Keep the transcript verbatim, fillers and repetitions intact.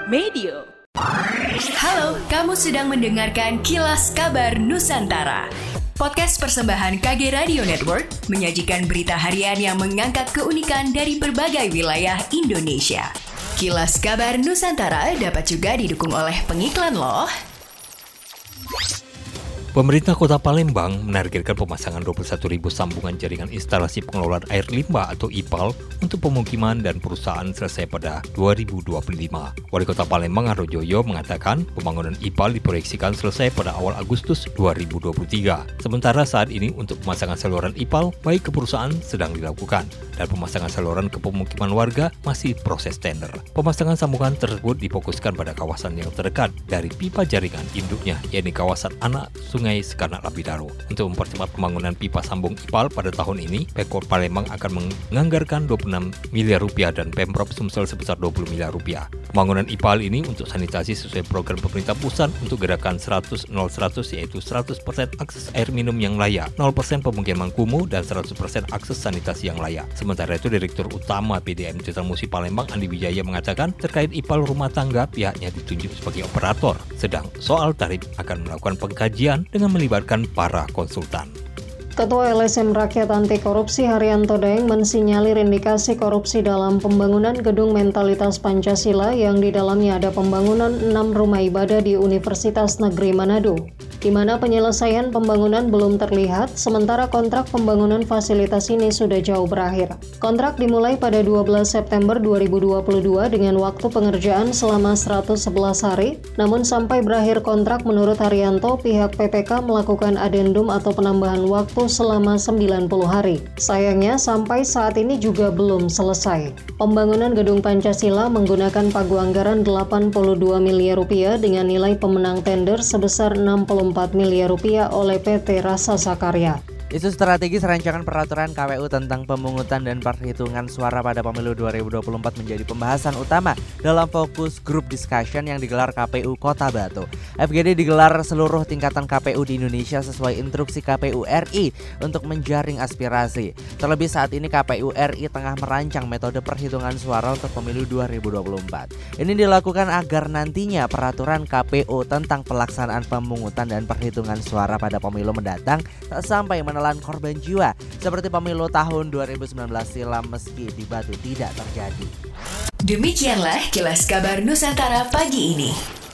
Medio. Halo, kamu sedang mendengarkan Kilas Kabar Nusantara. Podcast persembahan K G Radio Network menyajikan berita harian yang mengangkat keunikan dari berbagai wilayah Indonesia. Kilas Kabar Nusantara dapat juga didukung oleh pengiklan loh. Pemerintah Kota Palembang menargetkan pemasangan dua puluh satu ribu sambungan jaringan instalasi pengelolaan air limbah atau I P A L untuk pemukiman dan perusahaan selesai pada dua ribu dua puluh lima. Wali Kota Palembang Hardojoyo mengatakan pembangunan I P A L diproyeksikan selesai pada awal Agustus dua ribu dua puluh tiga. Sementara saat ini untuk pemasangan saluran I P A L baik ke perusahaan sedang dilakukan dan pemasangan saluran ke pemukiman warga masih proses tender. Pemasangan sambungan tersebut difokuskan pada kawasan yang terdekat dari pipa jaringan induknya, yakni kawasan anak Sungai Sekanak Labidaro. Untuk mempercepat pembangunan pipa sambung I P A L pada tahun ini, Pemkot Palembang akan menganggarkan dua puluh enam miliar rupiah dan Pemprov Sumsel sebesar dua puluh miliar rupiah. Pembangunan I P A L ini untuk sanitasi sesuai program pemerintah pusat untuk gerakan seratus nol seratus, yaitu seratus persen akses air minum yang layak, nol persen pemukiman kumuh, dan seratus persen akses sanitasi yang layak. Sementara itu, Direktur Utama P D A M Central Musi Palembang Andi Wijaya mengatakan terkait I P A L rumah tangga pihaknya ditunjuk sebagai operator, sedang soal tarif akan melakukan pengkajian dengan melibatkan para konsultan. Ketua L S M Rakyat Anti Korupsi Haryanto Daeng mensinyalir indikasi korupsi dalam pembangunan gedung Mentalitas Pancasila yang di dalamnya ada pembangunan enam rumah ibadah di Universitas Negeri Manado, di mana penyelesaian pembangunan belum terlihat, sementara kontrak pembangunan fasilitas ini sudah jauh berakhir. Kontrak dimulai pada dua belas September dua ribu dua puluh dua dengan waktu pengerjaan selama seratus sebelas hari, namun sampai berakhir kontrak menurut Haryanto, pihak P P K melakukan adendum atau penambahan waktu selama sembilan puluh hari. Sayangnya sampai saat ini juga belum selesai. Pembangunan gedung Pancasila menggunakan pagu anggaran delapan puluh dua miliar rupiah dengan nilai pemenang tender sebesar enam puluh empat miliar rupiah oleh P T Rasa Sakarya. Isu strategis rancangan peraturan K W U tentang pemungutan dan perhitungan suara pada pemilu dua ribu dua puluh empat menjadi pembahasan utama dalam fokus group discussion yang digelar K P U Kota Batu. F G D digelar seluruh tingkatan K P U di Indonesia sesuai instruksi K P U R I untuk menjaring aspirasi. Terlebih saat ini K P U R I tengah merancang metode perhitungan suara untuk pemilu dua ribu dua puluh empat. Ini dilakukan agar nantinya peraturan K P U tentang pelaksanaan pemungutan dan perhitungan suara pada pemilu mendatang tak sampai menelan korban jiwa seperti pemilu tahun dua ribu sembilan belas silam meski di Batu tidak terjadi. Demikianlah Kilas Kabar Nusantara pagi ini.